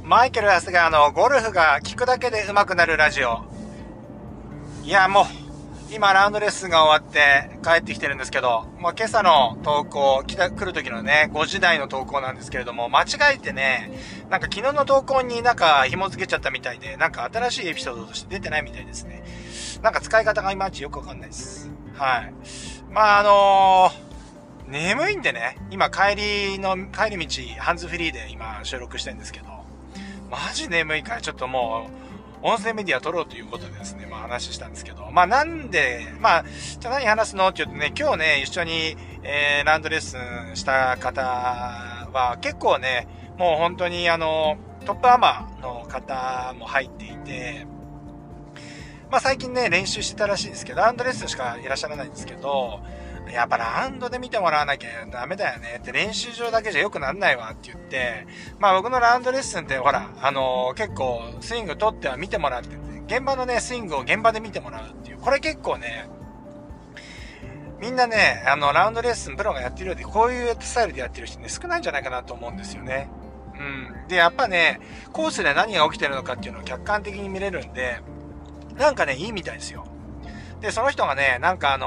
マイケル・ハスガーのゴルフが聞くだけで上手くなるラジオ。いや、もう、今ラウンドレッスンが終わって帰ってきてるんですけど、今朝の投稿、来る時のね、5時台の投稿なんですけれども、間違えてね、なんか昨日の投稿になんか紐付けちゃったみたいで、なんか新しいエピソードとして出てないみたいですね。なんか使い方がいまいちよくわかんないです。はい。眠いんでね、今帰り道、ハンズフリーで今収録してるんですけど、マジ眠いからちょっともう、音声メディア撮ろうということでですね、話したんですけど、なんで、じゃあ何話すのって言うとね、今日ね、一緒に、ラウンドレッスンした方は結構ね、もう本当にトップアマの方も入っていて、最近ね、練習してたらしいですけど、ラウンドレッスンしかいらっしゃらないんですけど、やっぱラウンドで見てもらわなきゃダメだよねって練習場だけじゃ良くなんないわって言って、僕のラウンドレッスンってほら、結構スイング取っては見てもらってて、現場のね、スイングを現場で見てもらうっていう、これ結構ね、みんなね、ラウンドレッスンプロがやってるようで、こういうスタイルでやってる人ね、少ないんじゃないかなと思うんですよね。で、やっぱね、コースで何が起きてるのかっていうのを客観的に見れるんで、なんかね、いいみたいですよ。で、その人がね、なんか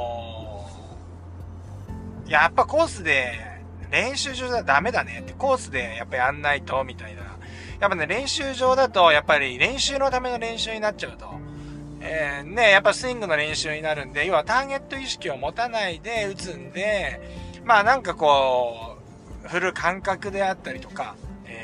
やっぱコースで練習場じゃダメだねって、コースでやっぱやんないとみたいな。やっぱね、練習場だとやっぱり練習のための練習になっちゃうと、やっぱスイングの練習になるんで、要はターゲット意識を持たないで打つんで、なんかこう振る感覚であったりとか、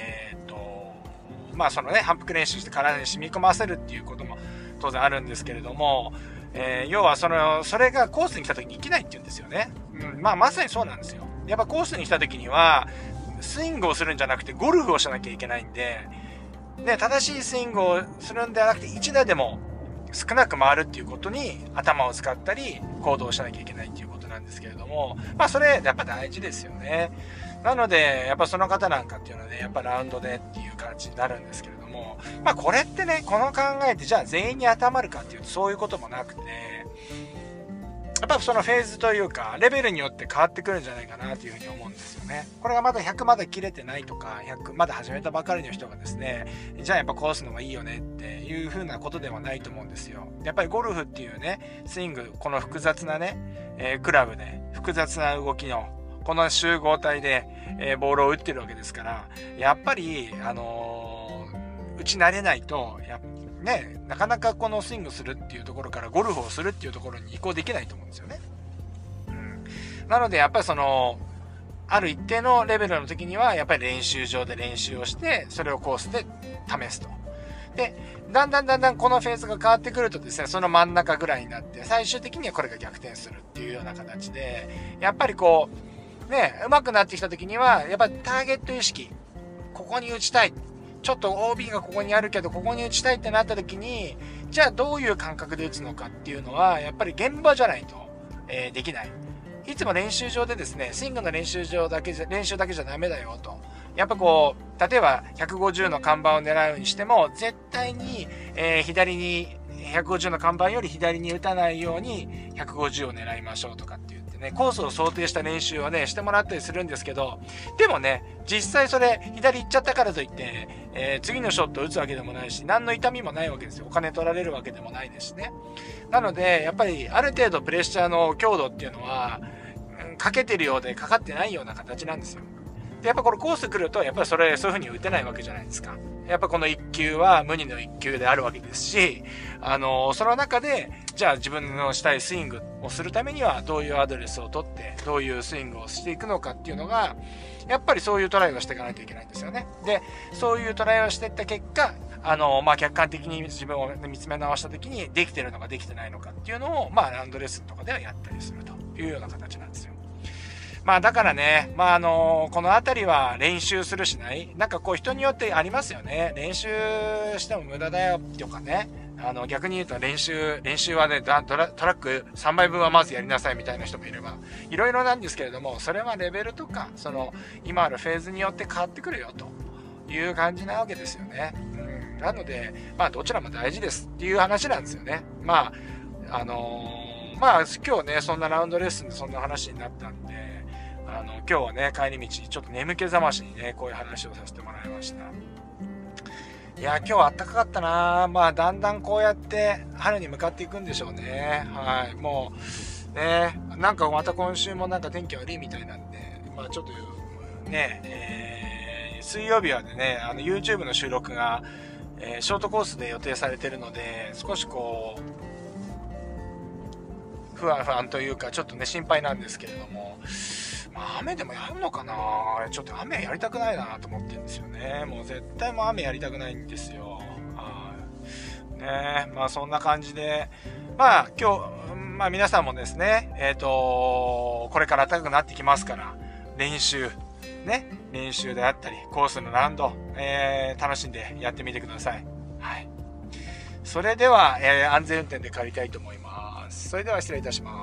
そのね、反復練習して体に染み込ませるっていうことも当然あるんですけれども、要はそれがコースに来た時に生きないっていうんですよね。まさにそうなんですよ。やっぱコースに来た時には、スイングをするんじゃなくてゴルフをしなきゃいけないんで、ね、正しいスイングをするんではなくて、1打でも少なく回るっていうことに頭を使ったり、行動しなきゃいけないっていうことなんですけれども、それやっぱ大事ですよね。なので、やっぱその方なんかっていうのはね、やっぱラウンドでっていう感じになるんですけれども、これってね、この考えってじゃあ全員に当てはまるかっていうとそういうこともなくて、やっぱそのフェーズというか、レベルによって変わってくるんじゃないかなというふうに思うんですよね。これがまだ100まだ切れてないとか、100まだ始めたばかりの人がですね、じゃあやっぱコースの方がいいよねっていうふうなことではないと思うんですよ。やっぱりゴルフっていうね、スイング、この複雑なね、クラブで、複雑な動きの、この集合体で、ボールを打ってるわけですから、やっぱり、打ち慣れないと、ね、なかなかこのスイングするっていうところからゴルフをするっていうところに移行できないと思うんですよね。なのでやっぱりある一定のレベルの時にはやっぱり練習場で練習をして、それをコースで試すと。で、だんだんこのフェーズが変わってくるとですね、その真ん中ぐらいになって、最終的にはこれが逆転するっていうような形で、やっぱりこう、ね、上手くなってきた時には、やっぱりターゲット意識、ここに打ちたい。ちょっと OB がここにあるけど、ここに打ちたいってなった時に、じゃあどういう感覚で打つのかっていうのは、やっぱり現場じゃないと、できない。いつも練習場でですね、スイングの練習だけじゃダメだよと。やっぱこう、例えば150の看板を狙うにしても、絶対に、左に、150の看板より左に打たないように150を狙いましょうとかって言ってね、コースを想定した練習をね、してもらったりするんですけど、でもね、実際それ左行っちゃったからといって、次のショットを打つわけでもないし、何の痛みもないわけですよ。お金取られるわけでもないですしね。なので、やっぱりある程度プレッシャーの強度っていうのは、かけてるようでかかってないような形なんですよ。で、やっぱこれコース来ると、やっぱりそういう風に打てないわけじゃないですか。やっぱこの1球は無二の1球であるわけですし、その中で、じゃあ自分のしたいスイングをするためには、どういうアドレスを取って、どういうスイングをしていくのかっていうのが、やっぱりそういうトライをしていかないといけないんですよね。で、そういうトライをしていった結果、客観的に自分を見つめ直した時に、できてるのかできてないのかっていうのを、ラウンドレッスンとかではやったりするというような形なんですよ。だからね、このあたりは練習するしない。なんかこう人によってありますよね。練習しても無駄だよとかね。逆に言うと練習はね、トラック3倍分はまずやりなさいみたいな人もいれば、いろいろなんですけれども、それはレベルとか、今あるフェーズによって変わってくるよという感じなわけですよね。なので、どちらも大事ですっていう話なんですよね。今日ね、そんなラウンドレッスンでそんな話になったんで、今日はね、帰り道、ちょっと眠気覚ましにね、こういう話をさせてもらいました。 いや、今日は暖かかったな。まあ、だんだんこうやって春に向かっていくんでしょうね。はい。もう、ね、なんかまた今週もなんか天気悪いみたいなんで、まあちょっと、ね、水曜日はね、YouTube の収録が、ショートコースで予定されてるので、少しこう、不安というか、ちょっとね、心配なんですけれども、まあ、雨でもやるのかな。ちょっと雨やりたくないなと思ってるんですよね。もう絶対もう雨やりたくないんですよ。ね、まあそんな感じで、まあ今日、まあ皆さんもですね、これから暖かくなってきますから、練習であったり、コースのラウンド、楽しんでやってみてください。はい。それでは、安全運転で帰りたいと思います。それでは失礼いたします。